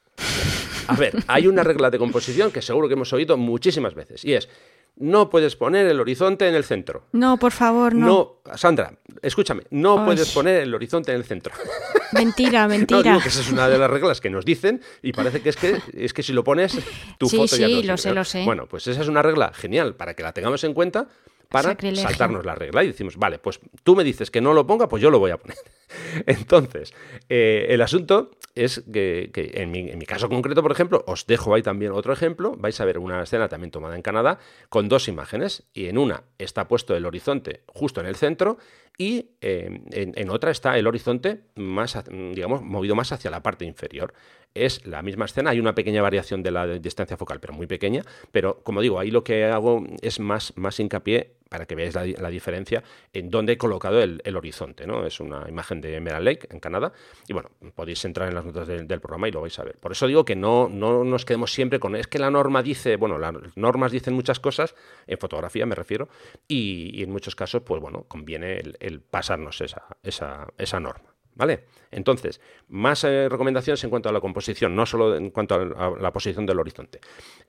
A ver, hay una regla de composición que seguro que hemos oído muchísimas veces y es: no puedes poner el horizonte en el centro. No, por favor, no. No, Sandra, escúchame, no puedes poner el horizonte en el centro. Mentira. No, digo que esa es una de las reglas que nos dicen y parece que es que si lo pones, tu foto ya no sirve. Sí, lo sé. Bueno, pues esa es una regla genial para que la tengamos en cuenta para saltarnos la regla y decimos, vale, pues tú me dices que no lo ponga, pues yo lo voy a poner. Entonces, el asunto es que en mi caso concreto, por ejemplo, os dejo ahí también otro ejemplo. Vais a ver una escena también tomada en Canadá con dos imágenes y en una está puesto el horizonte justo en el centro y en otra está el horizonte más, digamos, movido más hacia la parte inferior. Es la misma escena, hay una pequeña variación de la distancia focal, pero muy pequeña, pero como digo, ahí lo que hago es más hincapié para que veáis la diferencia en dónde he colocado el horizonte, ¿no? Es una imagen de Emerald Lake, en Canadá, y bueno, podéis entrar en las notas del programa y lo vais a ver. Por eso digo que no nos quedemos siempre con, es que la norma dice, bueno, las normas dicen muchas cosas, en fotografía me refiero, y en muchos casos, pues bueno, conviene el pasarnos esa norma. ¿Vale? Entonces, más recomendaciones en cuanto a la composición, no solo en cuanto a la posición del horizonte.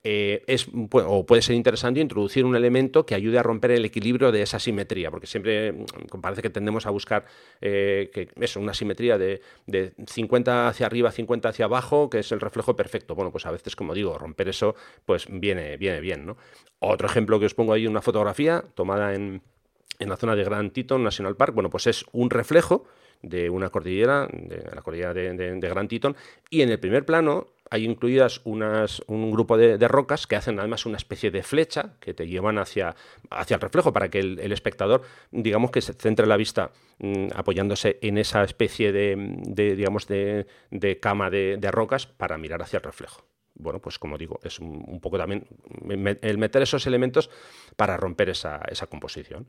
Puede ser interesante introducir un elemento que ayude a romper el equilibrio de esa simetría, porque siempre parece que tendemos a buscar una simetría de 50 hacia arriba, 50 hacia abajo, que es el reflejo perfecto. Bueno, pues a veces, como digo, romper eso pues viene bien, ¿no? Otro ejemplo que os pongo ahí, una fotografía tomada en la zona de Grand Teton National Park, bueno, pues es un reflejo de una cordillera, de la cordillera de Grand Teton, y en el primer plano hay incluidas un grupo de rocas que hacen además una especie de flecha que te llevan hacia el reflejo para que el espectador, digamos, que se centre la vista apoyándose en esa especie de cama de rocas para mirar hacia el reflejo. Bueno, pues como digo, es un poco también el meter esos elementos para romper esa composición.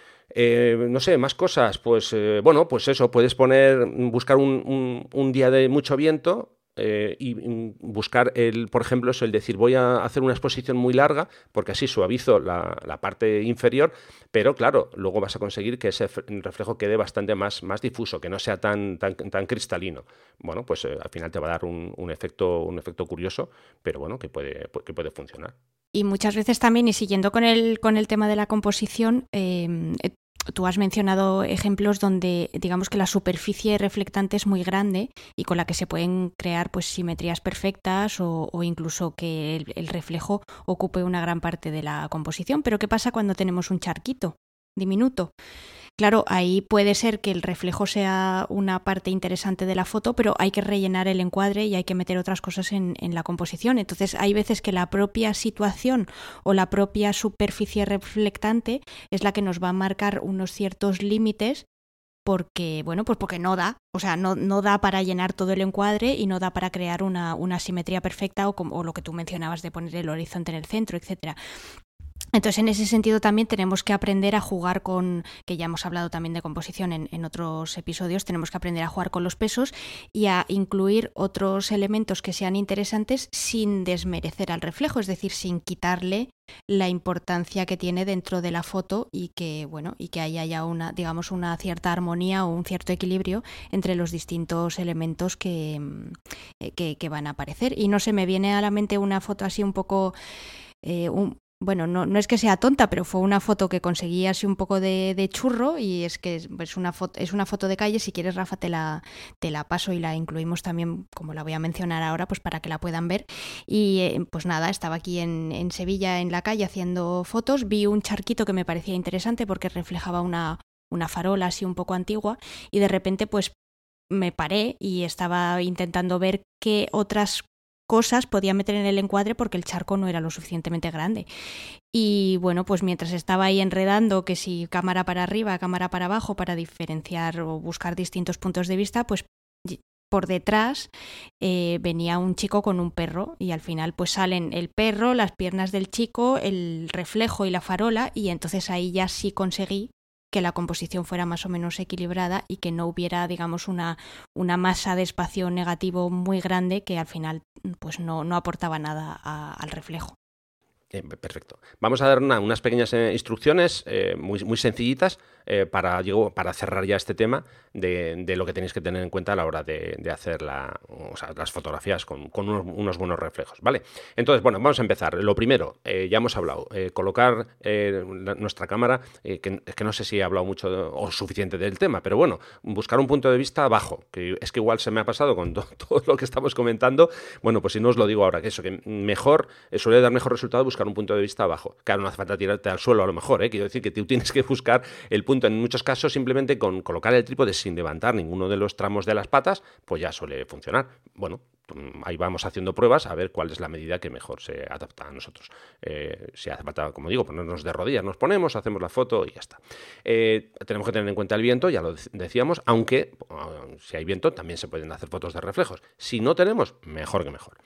No sé, más cosas, pues bueno, pues eso, puedes buscar un día de mucho viento y buscar por ejemplo, eso, el decir voy a hacer una exposición muy larga porque así suavizo la parte inferior, pero claro, luego vas a conseguir que ese reflejo quede bastante más difuso, que no sea tan cristalino. Bueno, pues al final te va a dar un efecto curioso, pero bueno, que puede funcionar. Y muchas veces también, y siguiendo con el tema de la composición, tú has mencionado ejemplos donde digamos que la superficie reflectante es muy grande y con la que se pueden crear pues simetrías perfectas o incluso que el reflejo ocupe una gran parte de la composición. Pero ¿qué pasa cuando tenemos un charquito diminuto? Claro, ahí puede ser que el reflejo sea una parte interesante de la foto, pero hay que rellenar el encuadre y hay que meter otras cosas en la composición. Entonces hay veces que la propia situación o la propia superficie reflectante es la que nos va a marcar unos ciertos límites porque, bueno, pues porque no da. O sea, no da para llenar todo el encuadre y no da para crear una simetría perfecta o lo que tú mencionabas de poner el horizonte en el centro, etcétera. Entonces, en ese sentido también tenemos que aprender a jugar que ya hemos hablado también de composición en otros episodios, tenemos que aprender a jugar con los pesos y a incluir otros elementos que sean interesantes sin desmerecer al reflejo, es decir, sin quitarle la importancia que tiene dentro de la foto y que, bueno, y que haya ya una cierta armonía o un cierto equilibrio entre los distintos elementos que van a aparecer. Y no se me viene a la mente una foto así un poco... Bueno, no es que sea tonta, pero fue una foto que conseguí así un poco de churro y es que es una foto de calle. Si quieres, Rafa, te la paso y la incluimos también, como la voy a mencionar ahora, pues para que la puedan ver. Y pues nada, estaba aquí en Sevilla, en la calle, haciendo fotos. Vi un charquito que me parecía interesante porque reflejaba una farola así un poco antigua y de repente pues me paré y estaba intentando ver qué otras cosas podía meter en el encuadre porque el charco no era lo suficientemente grande. Y bueno, pues mientras estaba ahí enredando que si cámara para arriba, cámara para abajo para diferenciar o buscar distintos puntos de vista, pues por detrás venía un chico con un perro y al final pues salen el perro, las piernas del chico, el reflejo y la farola y entonces ahí ya sí conseguí que la composición fuera más o menos equilibrada y que no hubiera, digamos, una masa de espacio negativo muy grande que al final pues no aportaba nada al reflejo. Perfecto. Vamos a dar unas pequeñas instrucciones muy sencillitas para cerrar ya este tema de lo que tenéis que tener en cuenta a la hora de hacer las fotografías con unos buenos reflejos, ¿vale? Entonces, bueno, vamos a empezar. Lo primero, ya hemos hablado, colocar nuestra cámara, que no sé si he hablado mucho o suficiente del tema, pero bueno, buscar un punto de vista bajo, que es que igual se me ha pasado con todo lo que estamos comentando. Bueno, pues si no os lo digo ahora, que eso, que suele dar mejor resultado buscar un punto de vista bajo. Claro, no hace falta tirarte al suelo a lo mejor, quiero decir que tú tienes que buscar el punto. En muchos casos simplemente con colocar el trípode sin levantar ninguno de los tramos de las patas, pues ya suele funcionar. Bueno, ahí vamos haciendo pruebas a ver cuál es la medida que mejor se adapta a nosotros. Si hace falta, como digo, ponernos de rodillas, nos ponemos, hacemos la foto y ya está. Tenemos que tener en cuenta el viento, ya lo decíamos, aunque si hay viento también se pueden hacer fotos de reflejos. Si no tenemos, mejor que mejor.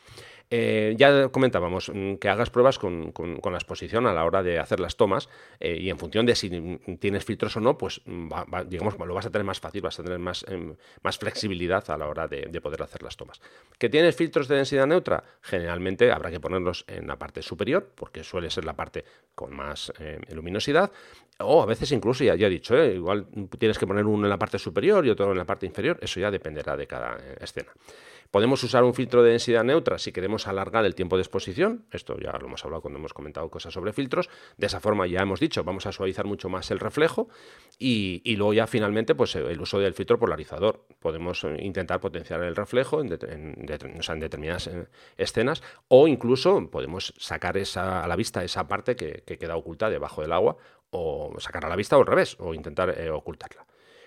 Ya comentábamos que hagas pruebas con la exposición a la hora de hacer las tomas y en función de si tienes filtros o no, pues digamos lo vas a tener más fácil, vas a tener más flexibilidad a la hora de poder hacer las tomas. ¿Que tienes filtros de densidad neutra? Generalmente habrá que ponerlos en la parte superior porque suele ser la parte con más luminosidad, o a veces incluso, ya he dicho, igual tienes que poner uno en la parte superior y otro en la parte inferior, eso ya dependerá de cada escena. Podemos usar un filtro de densidad neutra si queremos alargar el tiempo de exposición. Esto ya lo hemos hablado cuando hemos comentado cosas sobre filtros. De esa forma ya hemos dicho, vamos a suavizar mucho más el reflejo y luego ya finalmente pues el uso del filtro polarizador. Podemos intentar potenciar el reflejo en determinadas escenas o incluso podemos sacar a la vista esa parte que queda oculta debajo del agua o sacar a la vista o al revés o intentar ocultarla.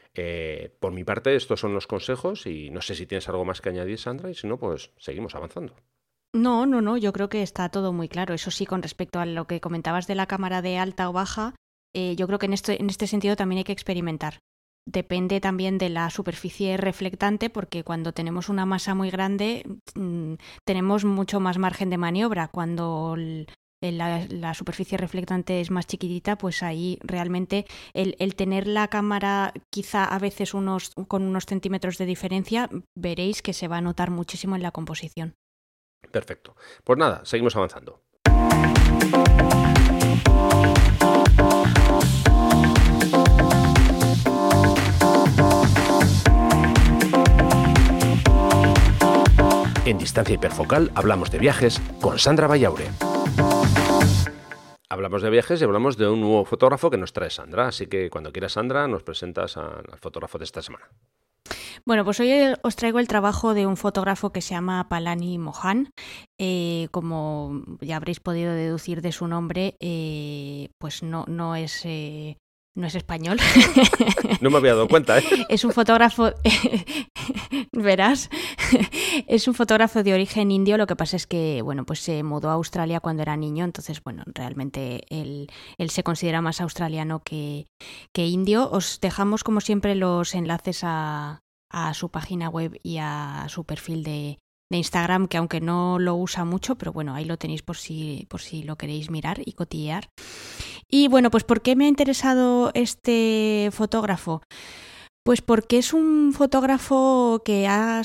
Por mi parte, estos son los consejos y no sé si tienes algo más que añadir, Sandra, y si no, pues seguimos avanzando. No, yo creo que está todo muy claro. Eso sí, con respecto a lo que comentabas de la cámara de alta o baja, yo creo que en este sentido también hay que experimentar. Depende también de la superficie reflectante, porque cuando tenemos una masa muy grande tenemos mucho más margen de maniobra. Cuando la superficie reflectante es más chiquitita, pues ahí realmente el tener la cámara quizá a veces con unos centímetros de diferencia, veréis que se va a notar muchísimo en la composición. Perfecto. Pues nada, seguimos avanzando. En Distancia Hiperfocal hablamos de viajes con Sandra Vallaure. Hablamos de viajes y hablamos de un nuevo fotógrafo que nos trae Sandra, así que cuando quieras, Sandra, nos presentas al fotógrafo de esta semana. Bueno, pues hoy os traigo el trabajo de un fotógrafo que se llama Palani Mohan. Como ya habréis podido deducir de su nombre, pues no es español. No me había dado cuenta, ¿eh? Es un fotógrafo, verás, es un fotógrafo de origen indio. Lo que pasa es que, bueno, pues se mudó a Australia cuando era niño, entonces, bueno, realmente él se considera más australiano que indio. Os dejamos, como siempre, los enlaces a su página web y a su perfil de Instagram, que aunque no lo usa mucho, pero bueno, ahí lo tenéis por si lo queréis mirar y cotillear. Y bueno, pues ¿por qué me ha interesado este fotógrafo? Pues porque es un fotógrafo que ha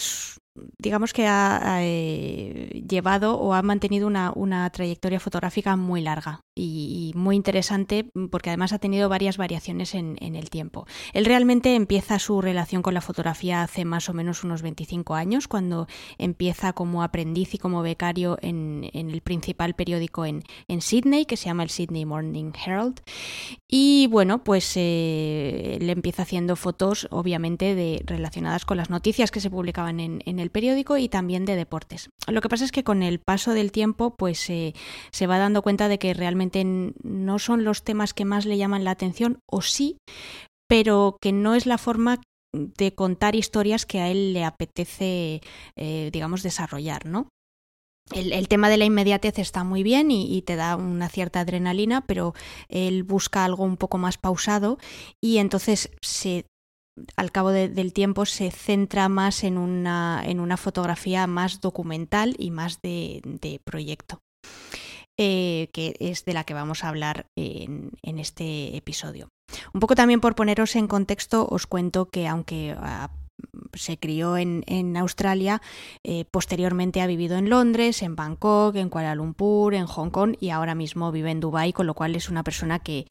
llevado o ha mantenido una trayectoria fotográfica muy larga y muy interesante, porque además ha tenido varias variaciones en el tiempo. Él realmente empieza su relación con la fotografía hace más o menos unos 25 años, cuando empieza como aprendiz y como becario en el principal periódico en Sydney, que se llama el Sydney Morning Herald. Y bueno, pues le empieza haciendo fotos, obviamente, relacionadas con las noticias que se publicaban en el periódico y también de deportes. Lo que pasa es que con el paso del tiempo, pues se va dando cuenta de que realmente no son los temas que más le llaman la atención, o sí, pero que no es la forma de contar historias que a él le apetece, digamos, desarrollar, ¿no? El tema de la inmediatez está muy bien y te da una cierta adrenalina, pero él busca algo un poco más pausado y entonces al cabo del tiempo se centra más en una fotografía más documental y más de proyecto, que es de la que vamos a hablar en este episodio. Un poco también por poneros en contexto, os cuento que aunque se crió en Australia, posteriormente ha vivido en Londres, en Bangkok, en Kuala Lumpur, en Hong Kong y ahora mismo vive en Dubái, con lo cual es una persona que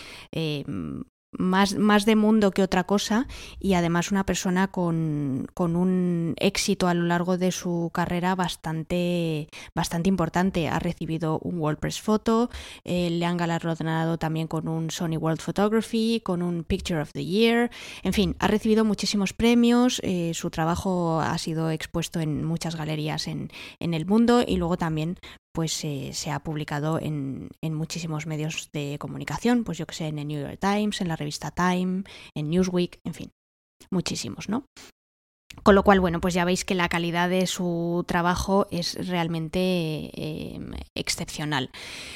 más de mundo que otra cosa, y además una persona con un éxito a lo largo de su carrera bastante importante. Ha recibido un World Press Photo, le han galardonado también con un Sony World Photography, con un Picture of the Year, en fin, ha recibido muchísimos premios. Su trabajo ha sido expuesto en muchas galerías en el mundo y luego también pues se ha publicado en muchísimos medios de comunicación, pues yo que sé, en el New York Times, en la revista Time, en Newsweek, en fin, muchísimos, ¿no? Con lo cual, bueno, pues ya veis que la calidad de su trabajo es realmente excepcional.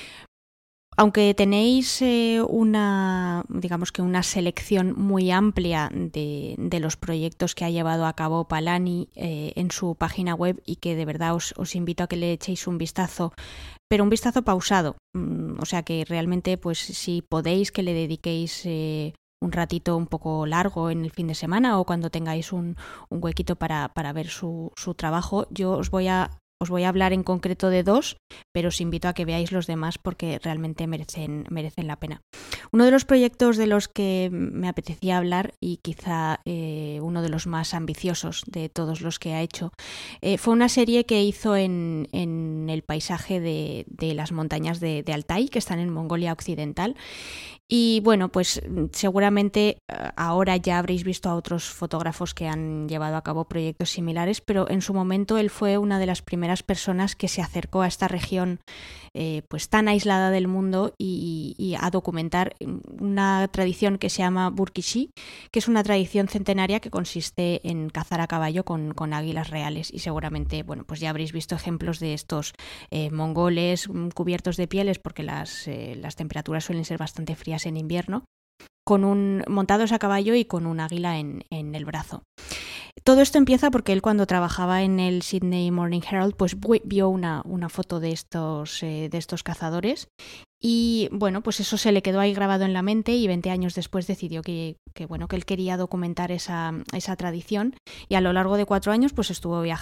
Aunque tenéis una selección muy amplia de los proyectos que ha llevado a cabo Palani en su página web, y que de verdad os invito a que le echéis un vistazo, pero un vistazo pausado. O sea que realmente, pues si podéis, que le dediquéis un ratito un poco largo en el fin de semana o cuando tengáis un huequito para ver su trabajo. Yo os voy a hablar en concreto de dos, pero os invito a que veáis los demás porque realmente merecen la pena. Uno de los proyectos de los que me apetecía hablar, y quizá uno de los más ambiciosos de todos los que ha hecho, fue una serie que hizo en el paisaje de las montañas de Altai, que están en Mongolia Occidental. Y bueno, pues seguramente ahora ya habréis visto a otros fotógrafos que han llevado a cabo proyectos similares, pero en su momento él fue una de las primeras personas que se acercó a esta región pues tan aislada del mundo y a documentar una tradición que se llama Burkishi, que es una tradición centenaria que consiste en cazar a caballo con águilas reales, y seguramente, bueno, pues ya habréis visto ejemplos de estos mongoles cubiertos de pieles, porque las temperaturas suelen ser bastante frías en invierno, montados a caballo y con un águila en el brazo. Todo esto empieza porque él, cuando trabajaba en el Sydney Morning Herald, pues vio una foto de estos cazadores, y bueno, pues eso se le quedó ahí grabado en la mente, y 20 años después decidió que él quería documentar esa tradición, y a lo largo de 4 años pues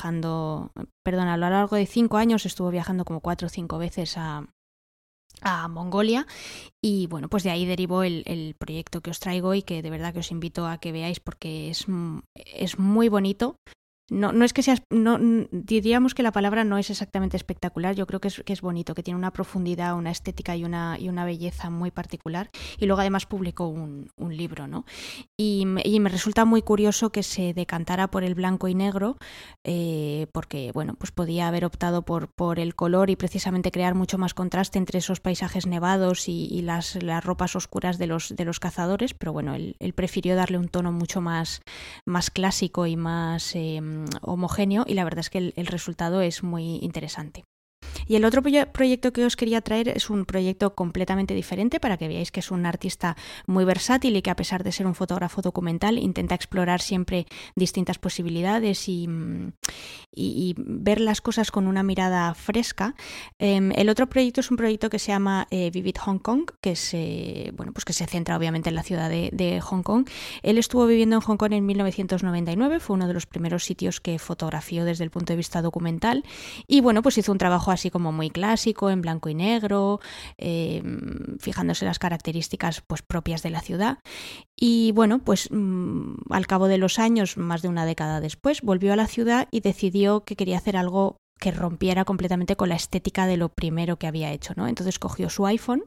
a lo largo de 5 años estuvo viajando como 4 o 5 veces a Mongolia, y bueno, pues de ahí derivó el proyecto que os traigo, y que de verdad que os invito a que veáis, porque es muy bonito. No es que sea, diríamos que la palabra no es exactamente espectacular, yo creo que es bonito, que tiene una profundidad, una estética y una belleza muy particular, y luego además publicó un libro, ¿no? Y me resulta muy curioso que se decantara por el blanco y negro, porque bueno, pues podía haber optado por el color y precisamente crear mucho más contraste entre esos paisajes nevados y las ropas oscuras de los cazadores, pero bueno, él prefirió darle un tono mucho más clásico y más homogéneo, y la verdad es que el resultado es muy interesante. Y el otro proyecto que os quería traer es un proyecto completamente diferente, para que veáis que es un artista muy versátil y que, a pesar de ser un fotógrafo documental, intenta explorar siempre distintas posibilidades y ver las cosas con una mirada fresca. El otro proyecto es un proyecto que se llama Vivid Hong Kong, que que se centra obviamente en la ciudad de Hong Kong. Él estuvo viviendo en Hong Kong en 1999, fue uno de los primeros sitios que fotografió desde el punto de vista documental, y bueno, pues hizo un trabajo así como muy clásico, en blanco y negro, fijándose en las características pues propias de la ciudad. Y bueno, pues al cabo de los años, más de una década después, volvió a la ciudad y decidió que quería hacer algo que rompiera completamente con la estética de lo primero que había hecho, ¿no? Entonces cogió su iPhone,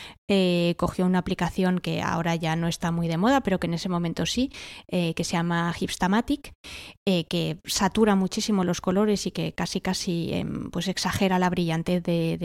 cogió una aplicación que ahora ya no está muy de moda, pero que en ese momento sí, que se llama Hipstamatic, que satura muchísimo los colores y que casi pues exagera la brillantez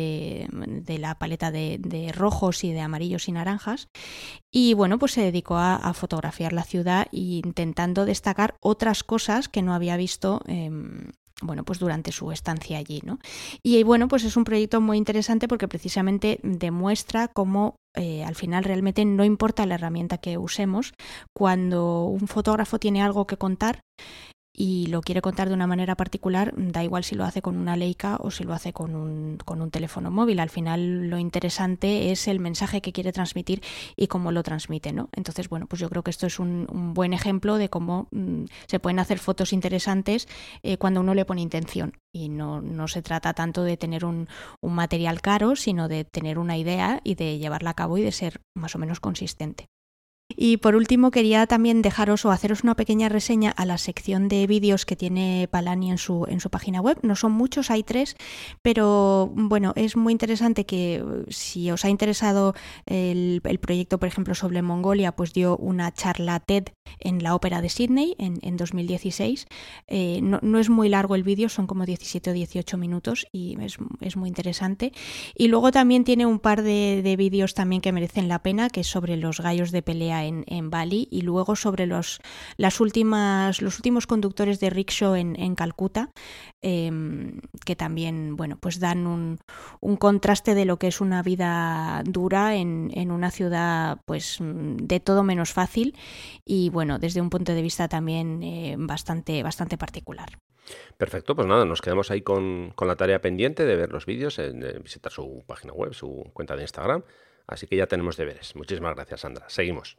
de la paleta de rojos y de amarillos y naranjas. Y bueno, pues se dedicó a fotografiar la ciudad, intentando destacar otras cosas que no había visto bueno, pues durante su estancia allí, ¿no? Y bueno, pues es un proyecto muy interesante, porque precisamente demuestra cómo al final realmente no importa la herramienta que usemos. Cuando un fotógrafo tiene algo que contar y lo quiere contar de una manera particular, da igual si lo hace con una Leica o si lo hace con un teléfono móvil. Al final lo interesante es el mensaje que quiere transmitir y cómo lo transmite, ¿no? Entonces, bueno, pues yo creo que esto es un buen ejemplo de cómo se pueden hacer fotos interesantes cuando uno le pone intención, y no se trata tanto de tener un material caro, sino de tener una idea y de llevarla a cabo y de ser más o menos consistente. Y por último, quería también haceros una pequeña reseña a la sección de vídeos que tiene Palani en su página web. No son muchos, hay 3, pero bueno, es muy interesante que, si os ha interesado el proyecto, por ejemplo, sobre Mongolia, pues dio una charla TED en la Ópera de Sydney en 2016. No es muy largo el vídeo, son como 17 o 18 minutos y es muy interesante. Y luego también tiene un par de vídeos también que merecen la pena, que es sobre los gallos de pelea en Bali, y luego sobre los últimos conductores de rickshaw en Calcuta, que también, bueno, pues dan un contraste de lo que es una vida dura en una ciudad pues de todo menos fácil, y bueno, desde un punto de vista también bastante particular. Perfecto, pues nada, nos quedamos ahí con la tarea pendiente de ver los vídeos, de visitar su página web, su cuenta de Instagram, así que ya tenemos deberes. Muchísimas gracias, Sandra. Seguimos.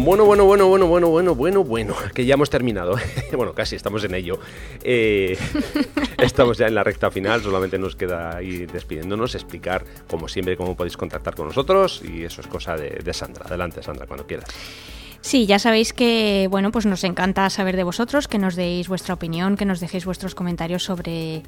Bueno, que ya hemos terminado. Bueno, casi estamos en ello. Estamos ya en la recta final, solamente nos queda ir despidiéndonos, explicar, como siempre, cómo podéis contactar con nosotros, y eso es cosa de Sandra. Adelante, Sandra, cuando quieras. Sí, ya sabéis que, bueno, pues nos encanta saber de vosotros, que nos deis vuestra opinión, que nos dejéis vuestros comentarios sobre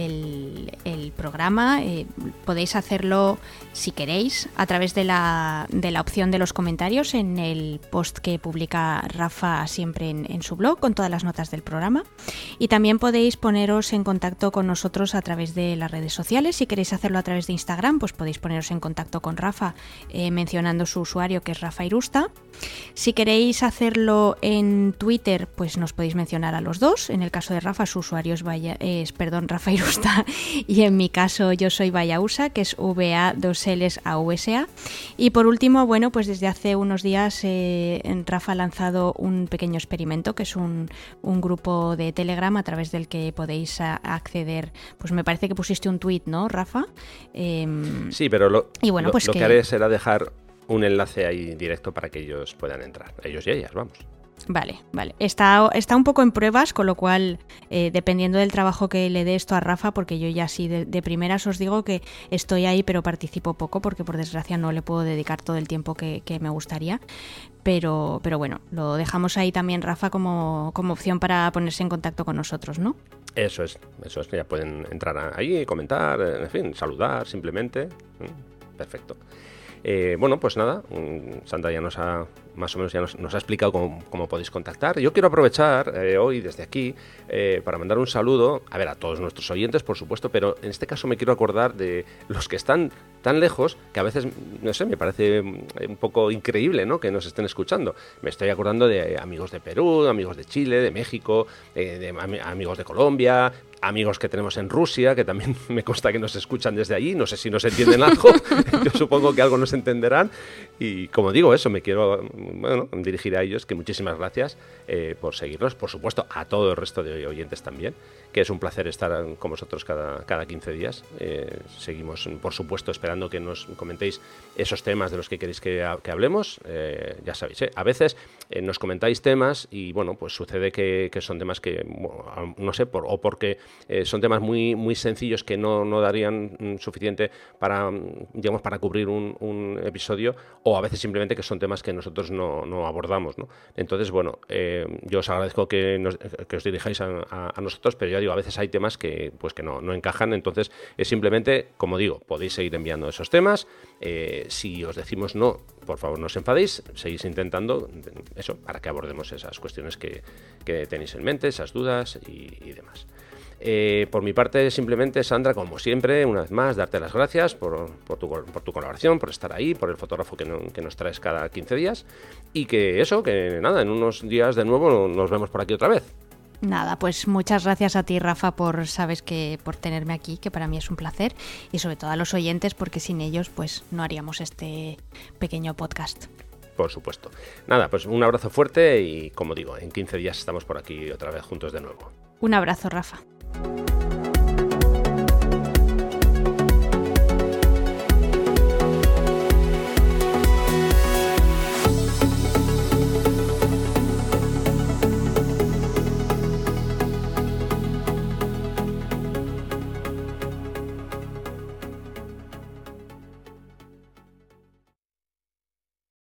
el programa. Podéis hacerlo, si queréis, a través de la opción de los comentarios en el post que publica Rafa siempre en su blog, con todas las notas del programa. Y también podéis poneros en contacto con nosotros a través de las redes sociales. Si queréis hacerlo a través de Instagram, pues podéis poneros en contacto con Rafa mencionando su usuario, que es Rafa Irusta. Si queréis hacerlo en Twitter, pues nos podéis mencionar a los dos. En el caso de Rafa, su usuario es Rafa Irusta, y en mi caso yo soy Vallausa, que es VA2LSAUSA. Y por último, bueno, pues desde hace unos días Rafa ha lanzado un pequeño experimento, que es un grupo de Telegram a través del que podéis acceder. Pues me parece que pusiste un tuit, ¿no, Rafa? Sí, pero lo que haré será dejar un enlace ahí directo para que ellos puedan entrar, ellos y ellas, vamos. Vale. Está un poco en pruebas, con lo cual, dependiendo del trabajo que le dé esto a Rafa, porque yo ya sí de primeras os digo que estoy ahí, pero participo poco, porque por desgracia no le puedo dedicar todo el tiempo que me gustaría. Pero bueno, lo dejamos ahí también, Rafa, como opción para ponerse en contacto con nosotros, ¿no? Eso es, ya pueden entrar ahí, comentar, en fin, saludar simplemente. Perfecto. Bueno, pues nada, Sandra ya nos ha explicado cómo podéis contactar. Yo quiero aprovechar hoy desde aquí para mandar un saludo, a todos nuestros oyentes, por supuesto, pero en este caso me quiero acordar de los que están tan lejos que a veces, no sé, me parece un poco increíble, ¿no?, que nos estén escuchando. Me estoy acordando de amigos de Perú, amigos de Chile, de México, de amigos de Colombia, amigos que tenemos en Rusia, que también me consta que nos escuchan desde allí. No sé si nos entienden algo, yo supongo que algo nos entenderán. Y como digo, eso, me quiero dirigir a ellos, que muchísimas gracias por seguirnos. Por supuesto, a todo el resto de oyentes también, que es un placer estar con vosotros cada 15 días. Seguimos, por supuesto, esperando que nos comentéis esos temas de los que queréis que hablemos. Ya sabéis, a veces nos comentáis temas y, bueno, pues sucede que son temas que, no sé, porque son temas muy, muy sencillos que no darían suficiente para cubrir un episodio, o a veces simplemente que son temas que nosotros no abordamos, ¿no? Entonces, bueno, yo os agradezco que os dirijáis a nosotros, pero ya digo, a veces hay temas que no encajan. Entonces es simplemente, como digo, podéis seguir enviando esos temas. Si os decimos no, por favor no os enfadéis, seguís intentando eso, para que abordemos esas cuestiones que tenéis en mente, esas dudas y demás. Por mi parte, simplemente, Sandra, como siempre, una vez más, darte las gracias por tu colaboración, por estar ahí, por el fotógrafo que nos traes cada 15 días, y que nada, en unos días de nuevo nos vemos por aquí otra vez. Nada, pues muchas gracias a ti, Rafa, por tenerme aquí, que para mí es un placer, y sobre todo a los oyentes, porque sin ellos pues no haríamos este pequeño podcast. Por supuesto. Nada, pues un abrazo fuerte y, como digo, en 15 días estamos por aquí otra vez juntos de nuevo. Un abrazo, Rafa.